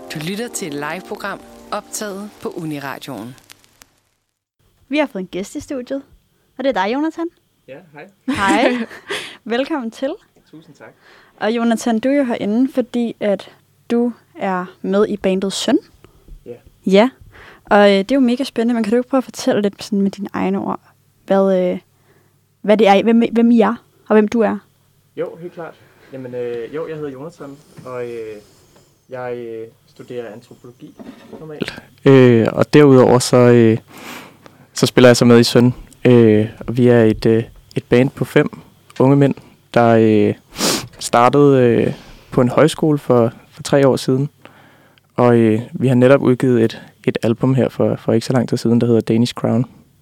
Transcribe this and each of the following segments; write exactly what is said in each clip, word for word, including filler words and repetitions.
Du lytter til et live-program optaget på Uniradioen. Vi har fået en gæst i studiet, og det er dig, Jonathan. Ja, hej. Hej. Velkommen til. Tusind tak. Og Jonathan, du er jo herinde, fordi at du er med i bandet Søn. Ja. Ja, og øh, det er jo mega spændende, men kan du ikke prøve at fortælle lidt sådan med dine egne ord, hvad, øh, hvad det er, hvem, hvem I er, og hvem du er? Jo, helt klart. Jamen, øh, jo, jeg hedder Jonathan, og øh, jeg øh, studerer antropologi normalt. Øh, og derudover så, øh, så spiller jeg så med i Søn. Øh, og vi er et, øh, et band på fem unge mænd, der øh, startede øh, på en højskole for, for tre år siden. Og øh, vi har netop udgivet et, et album her for, for ikke så lang tid siden, der hedder Danish Crown.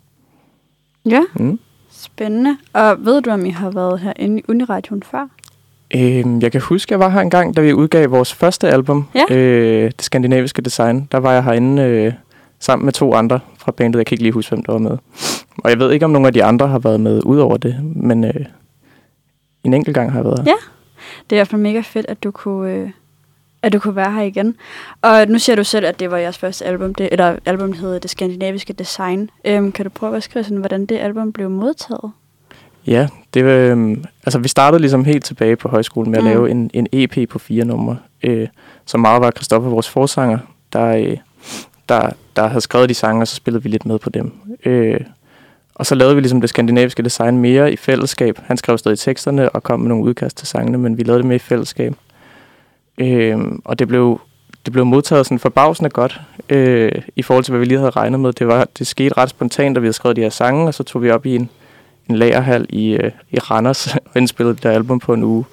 Ja, mm. Spændende. Og ved du, om I har været herinde i Uniradioen før? Øh, jeg kan huske, jeg var her engang, da vi udgav vores første album, ja. øh, Det Skandinaviske Design. Der var jeg herinde øh, sammen med to andre fra bandet. Jeg kan ikke lige huske, hvem der var med. Og jeg ved ikke, om nogle af de andre har været med ud over det, men øh, en enkelt gang har jeg været her. Ja, det er i hvert fald mega fedt, at du kunne, øh, at du kunne være her igen. Og nu siger du selv, at det var jeres første album, det, eller album hedder Det Skandinaviske Design. Øhm, kan du prøve at beskrive sådan, hvordan det album blev modtaget? Ja, det var, øh, altså vi startede ligesom helt tilbage på højskolen med at mm. lave en, en E P på fire numre, øh, som meget var Christoffer, vores forsanger, der, øh, der, der havde skrevet de sange, og så spillede vi lidt med på dem. Øh, og så lavede vi ligesom Det Skandinaviske Design mere i fællesskab. Han skrev stadig teksterne og kom med nogle udkast til sangene, men vi lavede det mere i fællesskab. Øh, og det blev, det blev modtaget sådan forbavsende godt øh, i forhold til, hvad vi lige havde regnet med. Det, var, det skete ret spontant, da vi havde skrevet de her sange, og så tog vi op i en en lagerhal i, øh, i Randers og indspillede det der album på en uge.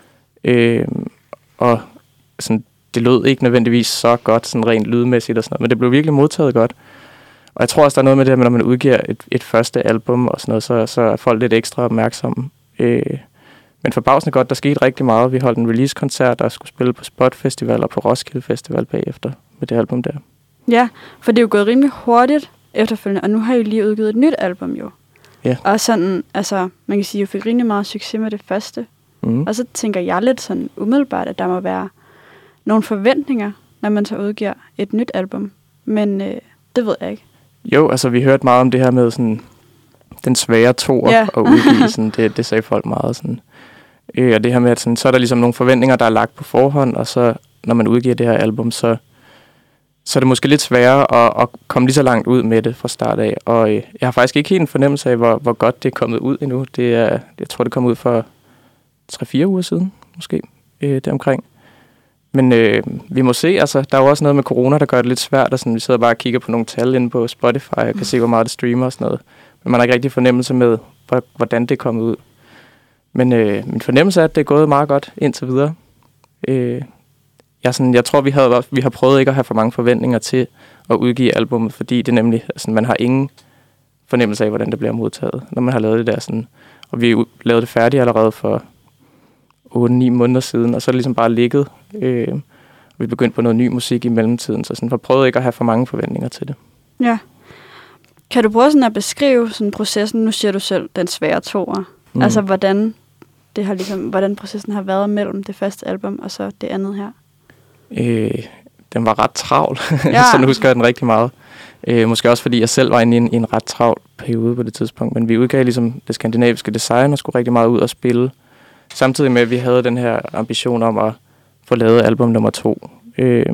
Øh, og sådan, det lød ikke nødvendigvis så godt, sådan rent lydmæssigt og sådan noget, men det blev virkelig modtaget godt. Og jeg tror også, der er noget med det her, når man udgiver et, et første album og sådan noget, så, så er folk lidt ekstra opmærksomme. Øh, men forbavsende godt, der skete rigtig meget. Vi holdt en release-koncert, der skulle spille på Spot Festival og på Roskilde Festival bagefter med det album der. Ja, for det er jo gået rimelig hurtigt efterfølgende, og nu har I lige udgivet et nyt album jo. Ja. Og sådan, altså, man kan sige, at jeg fik rimelig meget succes med det første. Mm. Og så tænker jeg lidt sådan umiddelbart, at der må være nogle forventninger, når man så udgiver et nyt album. Men øh, det ved jeg ikke. Jo, altså vi hørte meget om det her med sådan den svære toer yeah. at udgive. Sådan, det, det sagde folk meget sådan. Øh, og det her med, at sådan, så er der ligesom nogle forventninger, der er lagt på forhånd, og så når man udgiver det her album, så så er det måske lidt sværere at, at komme lige så langt ud med det fra start af. Og øh, jeg har faktisk ikke helt en fornemmelse af, hvor, hvor godt det er kommet ud endnu. Det er, jeg tror, det kom ud for tre-fire uger siden, måske, øh, deromkring. Men øh, vi må se, altså, der er jo også noget med corona, der gør det lidt svært. Og sådan, vi sidder bare og kigger på nogle tal inde på Spotify, og kan se, hvor meget det streamer og sådan noget. Men man har ikke rigtig fornemmelse med, hvordan det er kommet ud. Men øh, min fornemmelse er, at det er gået meget godt indtil videre. Øh, Jeg, sådan, jeg tror, vi, havde, vi har prøvet ikke at have for mange forventninger til at udgive albummet, fordi det nemlig, altså, man har ingen fornemmelse af, hvordan det bliver modtaget, når man har lavet det der. Sådan. Og vi lavede det færdigt allerede for otte-ni måneder siden, og så er det ligesom bare ligget. Øh, og vi begyndte på noget ny musik i mellemtiden, så sådan, vi har prøvet ikke at have for mange forventninger til det. Ja. Kan du prøve sådan at beskrive sådan processen? Nu siger du selv, den svære toer. Mm. Altså, hvordan, det har ligesom, hvordan processen har været mellem det første album og så det andet her? Øh, den var ret travl, ja. Så nu husker jeg den rigtig meget. Øh, måske også fordi jeg selv var inde i en, i en ret travl periode på det tidspunkt, men vi udgav ligesom Det Skandinaviske Design og skulle rigtig meget ud og spille, samtidig med at vi havde den her ambition om at få lavet album nummer to. Øh,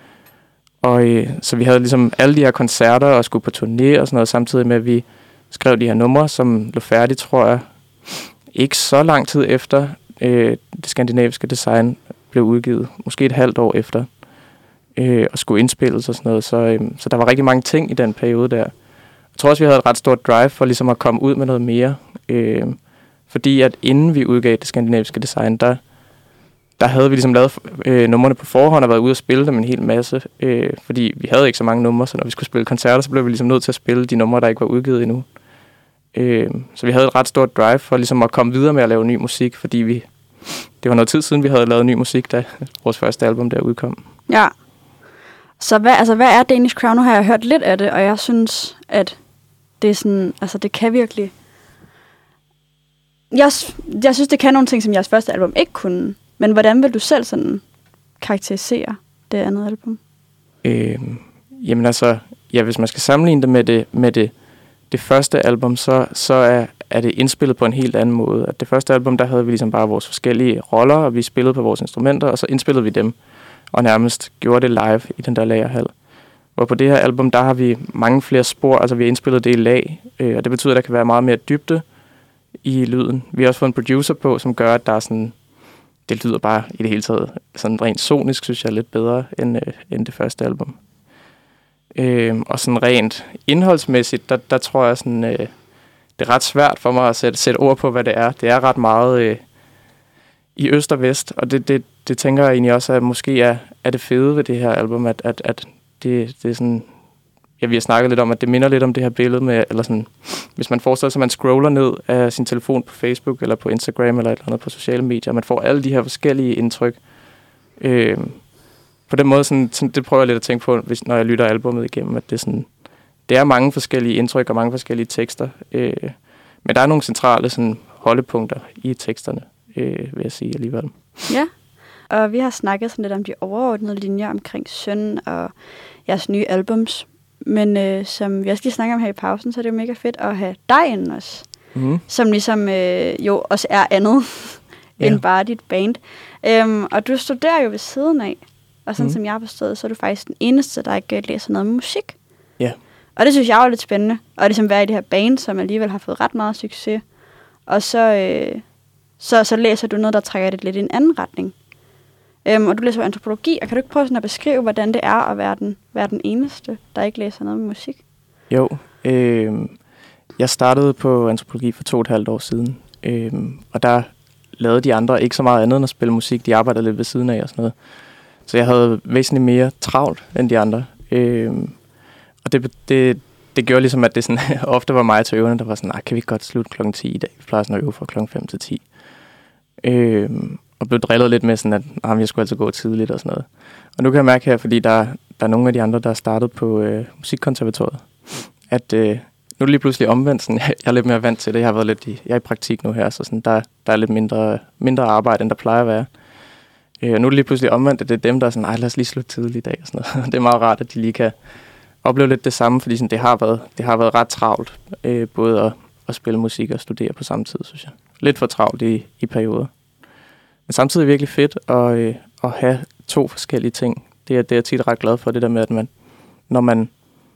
og øh, så vi havde ligesom alle de her koncerter og skulle på turné og sådan noget, samtidig med at vi skrev de her numre, som lå færdigt, tror jeg, ikke så lang tid efter øh, Det Skandinaviske Design blev udgivet, måske et halvt år efter, øh, og skulle indspilles og sådan noget. Så, øh, så der var rigtig mange ting i den periode der. Jeg tror også, vi havde et ret stort drive for ligesom at komme ud med noget mere. Øh, fordi at inden vi udgav Det Skandinaviske Design, der, der havde vi ligesom lavet øh, numrene på forhånd og været ude og spille dem en hel masse. Øh, fordi vi havde ikke så mange numre, så når vi skulle spille koncerter, så blev vi ligesom nødt til at spille de numre, der ikke var udgivet endnu. Øh, så vi havde et ret stort drive for ligesom at komme videre med at lave ny musik, fordi vi det var noget tid siden, vi havde lavet ny musik, da vores første album der udkom. Ja. Så hvad, altså, hvad er Danish Crown? Nu har jeg hørt lidt af det, og jeg synes, at det er sådan, altså det kan virkelig... Jeg, jeg synes, det kan nogle ting, som jeres første album ikke kunne. Men hvordan vil du selv sådan karakterisere det andet album? Øh, jamen altså, ja, hvis man skal sammenligne det med det, med det, det første album, så, så er, er det indspillet på en helt anden måde. At det første album, der havde vi ligesom bare vores forskellige roller, og vi spillede på vores instrumenter, og så indspillede vi dem, og nærmest gjorde det live i den der lagerhal. Og på det her album, der har vi mange flere spor, altså vi har indspillet det i lag, øh, og det betyder, at der kan være meget mere dybde i lyden. Vi har også fået en producer på, som gør, at der er sådan, det lyder bare i det hele taget sådan rent sonisk, synes jeg, lidt bedre end, øh, end det første album. Øh, og sådan rent indholdsmæssigt, der, der tror jeg sådan, øh, det er ret svært for mig at sætte, sætte ord på, hvad det er. Det er ret meget øh, i øst og vest, og det, det, det tænker jeg egentlig også, at måske er, er det fede ved det her album, at, at, at det, det er sådan, ja, vi har snakket lidt om, at det minder lidt om det her billede med, eller sådan, hvis man forestiller sig, at man scroller ned af sin telefon på Facebook, eller på Instagram, eller et eller andet på sociale medier, og man får alle de her forskellige indtryk. Øh, på den måde, sådan, sådan, det prøver jeg lidt at tænke på, hvis, når jeg lytter albumet igennem, at det er sådan, det er mange forskellige indtryk og mange forskellige tekster, øh, men der er nogle centrale sådan, holdepunkter i teksterne, øh, vil jeg sige alligevel. Ja, og vi har snakket sådan lidt om de overordnede linjer omkring Søn og jeres nye albums, men øh, som vi også lige snakker om her i pausen, så er det jo mega fedt at have dig inden også, mm. som ligesom øh, jo også er andet ja. end bare dit band. Øhm, og du studerer jo ved siden af, og sådan mm. som jeg har forstået, så er du faktisk den eneste, der ikke læser noget musik. Ja. Og det synes jeg er lidt spændende. Og ligesom være i det her band, som alligevel har fået ret meget succes. Og så, øh, så, så læser du noget, der trækker det lidt i en anden retning. Øhm, og du læser antropologi, og kan du ikke prøve sådan at beskrive, hvordan det er at være den, være den eneste, der ikke læser noget med musik? Jo. Øh, jeg startede på antropologi for to og et halvt år siden. Øh, og der lavede de andre ikke så meget andet end at spille musik. De arbejdede lidt ved siden af og sådan noget. Så jeg havde væsentligt mere travlt end de andre. Øh, Og det, det, det gjorde ligesom, at det sådan, ofte var mig til øverne, der var sådan, nej, kan vi godt slutte klokken ti i dag? Vi plejer sådan at øve fra klokken fem til ti. Øh, og blev drillet lidt med sådan, at nej, jeg skulle altså gå tidligt og sådan noget. Og nu kan jeg mærke her, fordi der, der er nogle af de andre, der er startet på øh, musikkonservatoriet, at øh, nu er det lige pludselig omvendt. Sådan, jeg er lidt mere vant til det. Jeg har været lidt i, jeg er i praktik nu her, så sådan, der, der er lidt mindre, mindre arbejde, end der plejer at være. Øh, og nu er det lige pludselig omvendt, at det er dem, der er sådan, nej, lad os lige slutte tidligt i dag. Og sådan noget. Det er meget rart, at de lige kan opleve lidt det samme, fordi sådan, det, har været, det har været ret travlt, øh, både at, at spille musik og studere på samme tid, synes jeg. Lidt for travlt i, i perioder. Men samtidig er det virkelig fedt at, øh, at have to forskellige ting. Det er, det er jeg tit ret glad for, det der med, at man, når man,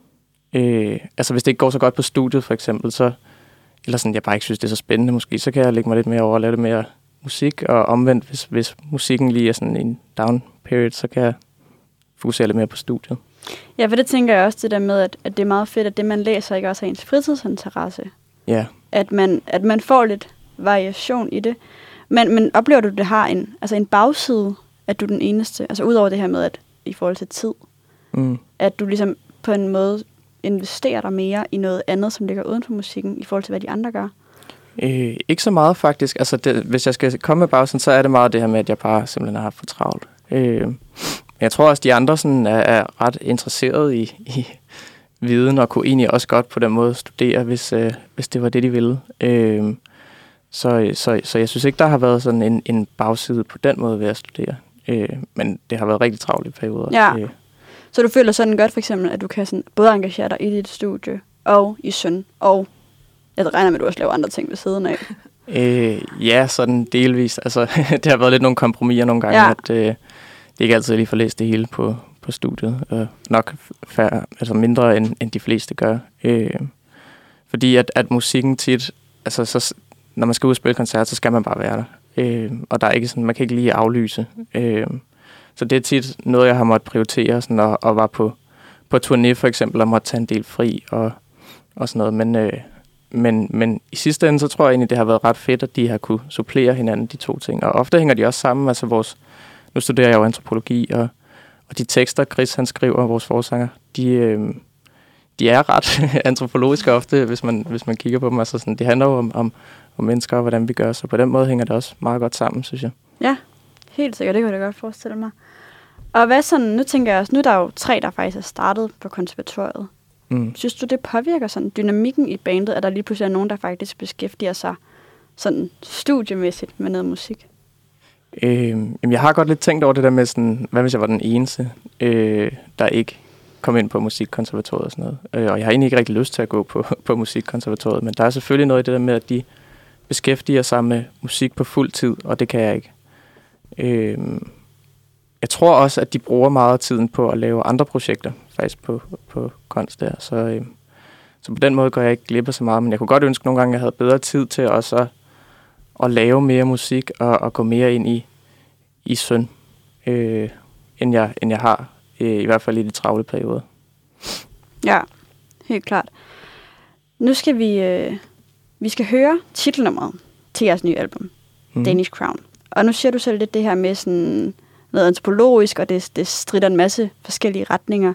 øh, altså hvis det ikke går så godt på studiet for eksempel, så, eller sådan, jeg bare ikke synes, det er så spændende måske, så kan jeg lægge mig lidt mere over og lave lidt mere musik, og omvendt, hvis, hvis musikken lige er sådan en down period, så kan jeg fokusere lidt mere på studiet. Ja, for det tænker jeg også det der med, at, at det er meget fedt, at det, man læser, ikke også er ens fritidsinteresse. Ja. At man, at man får lidt variation i det. Men, men oplever du, at det har en, altså en bagside, at du er den eneste? Altså udover det her med, at i forhold til tid, mm. at du ligesom på en måde investerer dig mere i noget andet, som ligger uden for musikken, i forhold til, hvad de andre gør? Øh, ikke så meget faktisk. Altså, det, hvis jeg skal komme med bagsiden, så er det meget det her med, at jeg bare simpelthen har haft for travlt. Øh, Jeg tror også, de andre sådan er, er ret interesserede i, i viden, og kunne egentlig også godt på den måde studere, hvis, øh, hvis det var det, de ville. Øh, så, så, så jeg synes ikke, der har været sådan en, en bagside på den måde ved at studere. Øh, men det har været rigtig travlt i perioder. Ja. Øh. Så du føler sådan godt for eksempel, at du kan sådan både engagere dig i dit studie, og i Søn, og jeg regner med, at du også laver andre ting ved siden af. Øh, ja, sådan delvis. Altså, det har været lidt nogle kompromiser nogle gange, ja. at... Øh, Det er ikke altid, at jeg lige får læst det hele på, på studiet. Øh, nok færre, altså mindre, end, end de fleste gør. Øh, fordi at, at musikken tit... Altså, så, når man skal ud og spille koncert, så skal man bare være der. Øh, og der er ikke sådan, man kan ikke lige aflyse. Øh, så det er tit noget, jeg har måttet prioritere, sådan, og, og var på, på turné for eksempel, og måtte tage en del fri og, og sådan noget. Men, øh, men, men i sidste ende, så tror jeg egentlig, det har været ret fedt, at de har kunne supplere hinanden, de to ting. Og ofte hænger de også sammen, altså vores... Nu studerer jeg jo antropologi, og, og de tekster, Chris han skriver, vores forsanger, de, øh, de er ret antropologiske ofte, hvis man, hvis man kigger på dem. Altså sådan, det handler jo om, om, om mennesker og hvordan vi gør, så på den måde hænger det også meget godt sammen, synes jeg. Ja, helt sikkert. Det kan jeg godt forestille mig. Og hvad sådan, nu tænker jeg også, nu er der jo tre, der faktisk er startet på konservatoriet. Mm. Synes du, det påvirker sådan dynamikken i bandet, at der lige pludselig er nogen, der faktisk beskæftiger sig sådan studiemæssigt med noget musik? Øh, jamen, jeg har godt lidt tænkt over det der med sådan, hvad hvis jeg var den eneste, øh, der ikke kom ind på musikkonservatoriet og sådan noget. Øh, og jeg har egentlig ikke rigtig lyst til at gå på, på musikkonservatoriet, men der er selvfølgelig noget i det der med, at de beskæftiger sig med musik på fuld tid, og det kan jeg ikke. Øh, jeg tror også, at de bruger meget af tiden på at lave andre projekter, faktisk på, på kunst der. Så, øh, så på den måde går jeg ikke glip af så meget, men jeg kunne godt ønske nogle gange, at jeg havde bedre tid til også at, at lave mere musik og, og gå mere ind i, i søn, øh, end, jeg, end jeg har, øh, i hvert fald i de travle perioder. Ja, helt klart. Nu skal vi, øh, vi skal høre titelnummeret til jeres nye album, mm. Danish Crown. Og nu siger du selv lidt det her med sådan noget antropologisk, og det, det strider en masse forskellige retninger.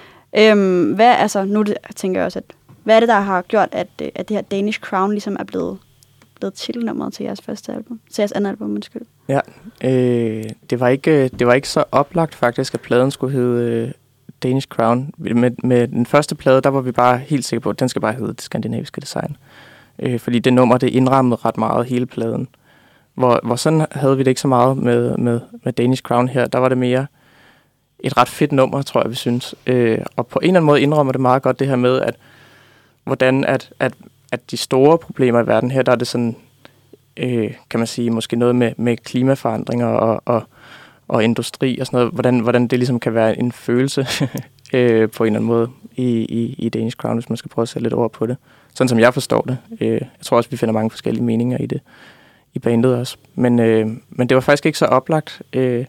Øhm, hvad, altså, nu tænker jeg også, at hvad er det, der har gjort, at, at det her Danish Crown ligesom er blevet, blevet titelnummeret til jeres første album? Til jeres andet album, undskyld. Ja, øh, det, var ikke, det var ikke så oplagt faktisk, at pladen skulle hedde øh, Danish Crown. Med, med den første plade, der var vi bare helt sikre på, at den skal bare hedde Det Skandinaviske Design. Øh, fordi det nummer, det indrammede ret meget hele pladen. Hvor, hvor sådan havde vi det ikke så meget med, med, med Danish Crown her. Der var det mere et ret fedt nummer, tror jeg, vi synes. Øh, og på en eller anden måde indrømmer det meget godt det her med, at hvordan at, at, at de store problemer i verden her, der er det sådan, øh, kan man sige, måske noget med, med klimaforandringer og, og, og industri og sådan noget. Hvordan, hvordan det ligesom kan være en følelse øh, på en eller anden måde i, i, i Danish Crown, hvis man skal prøve at sætte lidt over på det. Sådan som jeg forstår det. Øh, jeg tror også, vi finder mange forskellige meninger i det. I bandet også. Men, øh, men det var faktisk ikke så oplagt. Øh,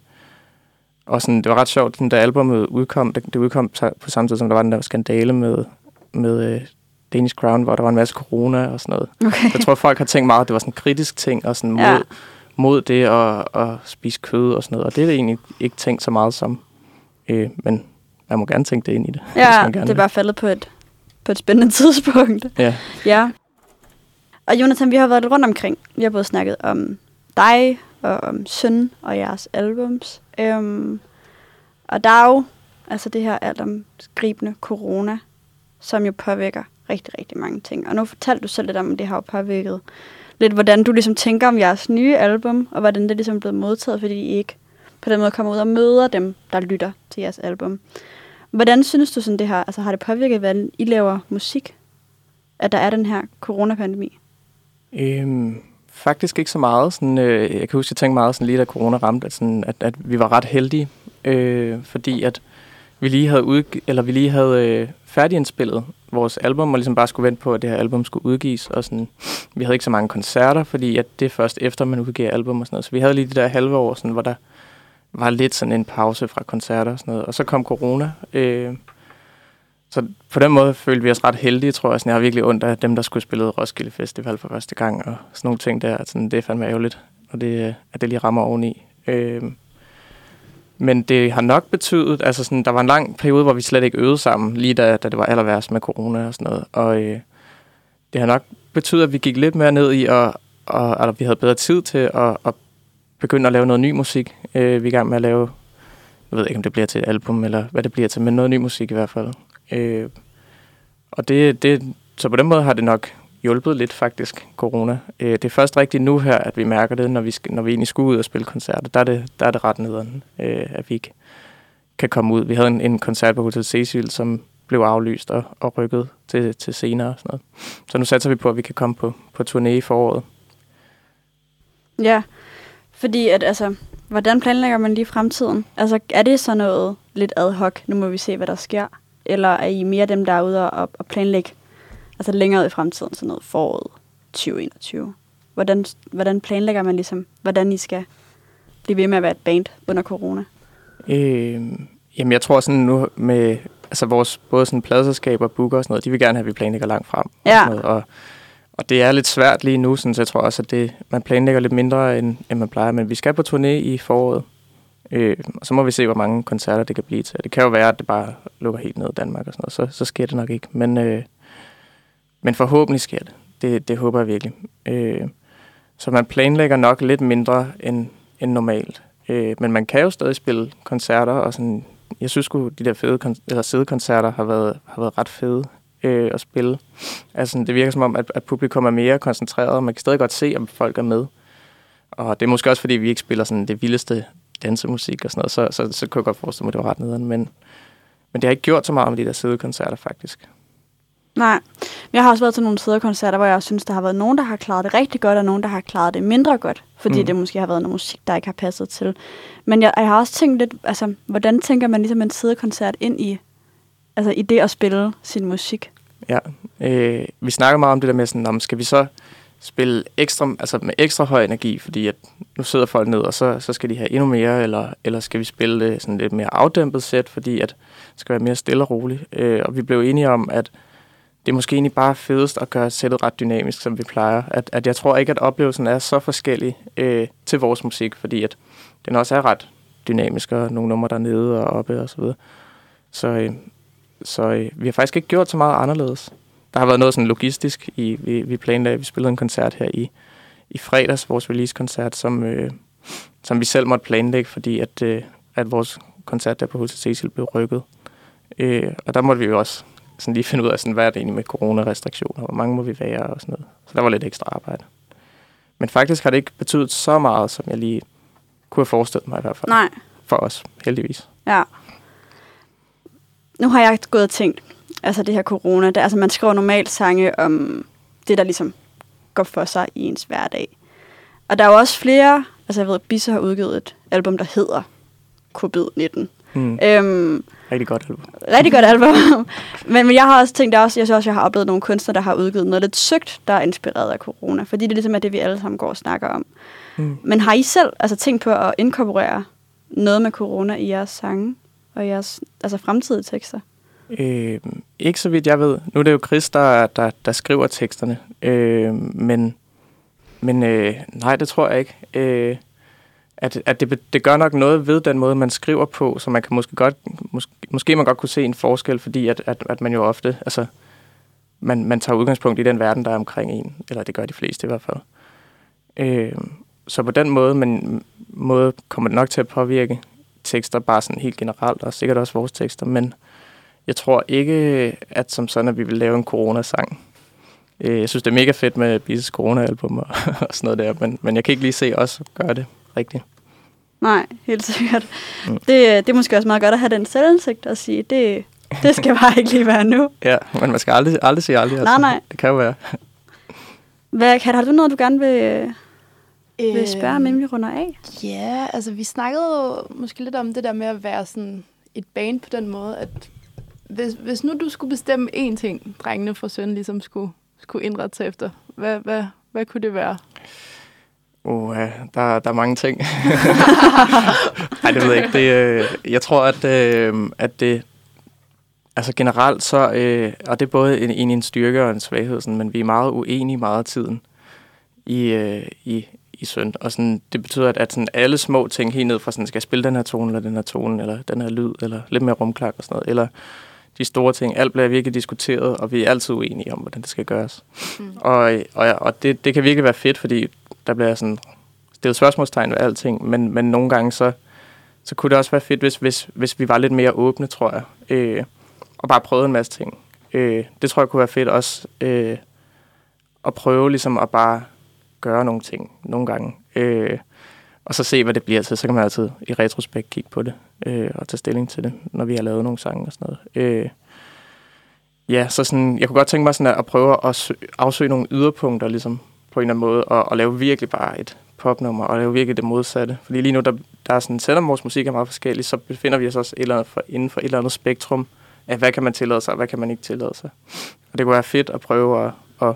og sådan, det var ret sjovt, da albumet udkom. Det, det udkom på samme tid, som der var den der skandale med, med øh, Danish Crown, hvor der var en masse corona og sådan noget. Okay. Så jeg tror, folk har tænkt meget, at det var sådan en kritisk ting, og sådan mod, ja. mod det at, at spise kød og sådan noget. Og det er det egentlig ikke tænkt så meget som. Øh, men man må gerne tænke det ind i det. Ja, det er bare faldet på et, på et spændende tidspunkt. Ja. Ja. Og Jonathan, vi har været lidt rundt omkring. Vi har både snakket om dig, og om Søn og jeres albums. Øhm, og der er jo altså det her alt omgribende corona, som jo påvirker rigtig, rigtig mange ting. Og nu fortalte du selv lidt om, at det har jo påvirket lidt, hvordan du ligesom tænker om jeres nye album, og hvordan det ligesom er blevet modtaget, fordi I ikke på den måde kommer ud og møder dem, der lytter til jeres album. Hvordan synes du sådan det her, altså har det påvirket, hvordan I laver musik, at der er den her coronapandemi? Øhm, faktisk ikke så meget. Sådan, øh, jeg kan huske, at jeg tænkte meget sådan, lige da corona ramte, at, sådan, at, at vi var ret heldige, øh, fordi at vi lige havde, udg- eller vi lige havde øh, færdigindspillet vores album, og ligesom bare skulle vente på, at det her album skulle udgives. Og sådan, vi havde ikke så mange koncerter, fordi at det er først efter, man udgiver album og sådan noget. Så vi havde lige det der halve år, sådan, hvor der var lidt sådan en pause fra koncerter og sådan noget. Og så kom corona. Øh, Så på den måde følte vi os ret heldige, tror jeg. Sådan, jeg har virkelig ondt af dem, der skulle spille Roskilde Festival for første gang, og sådan nogle ting der. Sådan, det er fandme ærgerligt, og det, at det lige rammer oveni. Øh, men det har nok betydet, altså sådan, der var en lang periode, hvor vi slet ikke øvede sammen, lige da, da det var aller værst med corona og sådan noget. Og øh, det har nok betydet, at vi gik lidt mere ned i, og, og eller vi havde bedre tid til at, at begynde at lave noget ny musik. Øh, vi er i gang med at lave, jeg ved ikke, om det bliver til et album, eller hvad det bliver til, men noget ny musik i hvert fald. Øh, og det, det, så på den måde har det nok hjulpet lidt faktisk, corona. Øh, det er først rigtigt nu her, at vi mærker det, når vi, skal, når vi egentlig skulle ud og spille koncerter. Der er det, der er det ret nederen, øh, at vi ikke kan komme ud. Vi havde en, en koncert på Hotel Cecil, som blev aflyst og, og rykket til, til senere og sådan noget. Så nu satser vi på, at vi kan komme på, på turné i foråret. Ja, fordi at altså, hvordan planlægger man lige fremtiden? Altså, er det så noget lidt ad hoc? Nu må vi se, hvad der sker. Eller er I mere dem, der er ude og, og planlægge altså længere i fremtiden, sådan noget foråret tyve enogtyve? Hvordan, hvordan planlægger man ligesom, hvordan I skal blive ved med at være et band under corona? Øh, jamen, jeg tror sådan nu med altså vores både sådan pladeselskaber og booker og sådan noget, de vil gerne have, at vi planlægger langt frem. Ja. Og, noget, og, og det er lidt svært lige nu, sådan, så jeg tror også, at det, man planlægger lidt mindre, end, end man plejer. Men vi skal på turné i foråret. Øh, og så må vi se, hvor mange koncerter det kan blive til. Det kan jo være, at det bare lukker helt ned i Danmark og sådan noget. Så, så sker det nok ikke. Men, øh, men forhåbentlig sker det. Det, det håber jeg virkelig. Øh, så man planlægger nok lidt mindre end, end normalt. Øh, men man kan jo stadig spille koncerter. Og sådan, jeg synes sgu, de der fede kon- eller sidekoncerter har været, har været ret fede øh, at spille. Altså, det virker som om, at, at publikum er mere koncentreret. Og man kan stadig godt se, om folk er med. og det er måske også, fordi vi ikke spiller sådan det vildeste dansemusik og sådan noget, så, så, så kunne jeg godt forestille mig, at det var ret nederen. Men, men det har ikke gjort så meget med de der sidekoncerter, faktisk. Nej, jeg har også været til nogle sidekoncerter, hvor jeg synes, der har været nogen, der har klaret det rigtig godt, og nogen, der har klaret det mindre godt, fordi mm. det måske har været noget musik, der ikke har passet til. Men jeg, jeg har også tænkt lidt, altså, hvordan tænker man ligesom en sidekoncert ind i, altså i det at spille sin musik? Ja, øh, vi snakker meget om det der med sådan, om skal vi så spille ekstra, altså med ekstra høj energi, fordi at nu sidder folk ned, og så, så skal de have endnu mere, eller, eller skal vi spille det sådan lidt mere afdæmpet sæt, fordi at det skal være mere stille og roligt. Øh, og vi blev enige om, at det er måske egentlig bare fedest at gøre sættet ret dynamisk, som vi plejer. At, at jeg tror ikke, at oplevelsen er så forskellig øh, til vores musik, fordi at den også er ret dynamisk, og nogle numre dernede og oppe og så videre. Så, øh, så øh, vi har faktisk ikke gjort så meget anderledes. Der har været noget sådan logistisk. I, vi, vi planlagde, vi spillede en koncert her i, i fredags, vores release-koncert, som, øh, som vi selv måtte planlægge, fordi at, øh, at vores koncert der på Hotel Cecil blev rykket. Øh, og der måtte vi jo også sådan lige finde ud af, sådan, hvad er det egentlig med coronarestriktioner, hvor mange må vi være og sådan noget. Så der var lidt ekstra arbejde. Men faktisk har det ikke betydet så meget, som jeg lige kunne have forestillet mig i hvert fald. Nej. For os, heldigvis. Ja. Nu har jeg gået og tænkt, altså det her corona, det, altså man skriver normalt sange om det, der ligesom går for sig i ens hverdag. Og der er jo også flere, altså jeg ved, Bisse har udgivet et album, der hedder covid nitten. Hmm. Øhm, rigtig godt album. Rigtig godt album. men, men jeg har også tænkt, også, jeg synes også, jeg har oplevet nogle kunstnere, der har udgivet noget lidt søgt, der er inspireret af corona. Fordi det ligesom er det, vi alle sammen går og snakker om. Hmm. Men har I selv altså, tænkt på at inkorporere noget med corona i jeres sange og jeres altså, fremtidige tekster? Øh, ikke så vidt jeg ved. Nu er det jo Chris, der, der, der skriver teksterne. Øh, men men øh, nej, det tror jeg ikke. Øh, at at det, det gør nok noget ved den måde, man skriver på, så man kan måske godt, måske, måske man godt kunne se en forskel, fordi at, at, at man jo ofte, altså, man, man tager udgangspunkt i den verden, der er omkring en. Eller det gør de fleste i hvert fald. Øh, så på den måde, men, måde kommer det nok til at påvirke tekster bare sådan helt generelt, og sikkert også vores tekster, men jeg tror ikke, at som sådan, at vi vil lave en coronasang. Jeg synes, det er mega fedt med Bisses corona-album og, og sådan noget der, men, men jeg kan ikke lige se os gøre det rigtigt. Nej, helt sikkert. Mm. Det, det er måske også meget godt at have den selvindsigt og sige, det, det skal bare ikke lige være nu. Ja, men man skal aldrig, aldrig sige aldrig. Altså. Nej, nej. Det kan jo være. Hvad, Kat, har du noget, du gerne vil, øh, vil spørge, om vi runder af? Ja, altså vi snakkede jo måske lidt om det der med at være sådan et band på den måde, at hvis, hvis nu du skulle bestemme én ting, drengene fra Søn ligesom skulle, skulle indrette sig efter, hvad, hvad, hvad kunne det være? Uh, der, der er mange ting. Nej, det ved jeg ikke. Det, øh, jeg tror, at, øh, at det... Altså generelt så... Øh, og det er både en, en, en styrke og en svaghed, sådan, men vi er meget uenige meget af tiden i, øh, i, i Søn. Og sådan, det betyder, at, at sådan alle små ting helt ned fra sådan, skal jeg spille den her tone, eller den her tone, eller den her lyd, eller lidt mere rumklang og sådan noget, eller de store ting. Alt bliver virkelig diskuteret, og vi er altid uenige om, hvordan det skal gøres. Mm. Og, og, og det, det kan virkelig være fedt, fordi der bliver sådan stillet spørgsmålstegn ved alting, men, men nogle gange så, så kunne det også være fedt, hvis, hvis, hvis vi var lidt mere åbne, tror jeg, øh, og bare prøvede en masse ting. Øh, det tror jeg kunne være fedt også, øh, at prøve ligesom at bare gøre nogle ting nogle gange, øh, og så se, hvad det bliver til. Så kan man altid i retrospekt kigge på det, øh, og tage stilling til det, når vi har lavet nogle sange og sådan noget. Øh, ja, så sådan, jeg kunne godt tænke mig sådan at, at prøve at sø- afsøge nogle yderpunkter, ligesom, på en eller anden måde, og, og lave virkelig bare et popnummer, og lave virkelig det modsatte. Fordi lige nu, der, der er sådan, selvom vores musik er meget forskellig, så befinder vi os også et eller andet for, inden for et eller andet spektrum af, hvad kan man tillade sig, og hvad kan man ikke tillade sig. Og det kunne være fedt at prøve at, at,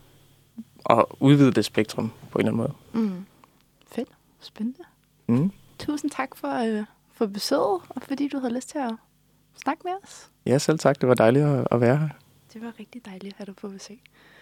at udvide det spektrum på en eller anden måde. Mm. Fedt. Spændende. Mm. Tusind tak for, øh, for besøget, og fordi du havde lyst til at snakke med os. Ja, selv tak. Det var dejligt at, at være her. Det var rigtig dejligt at have dig på besøg.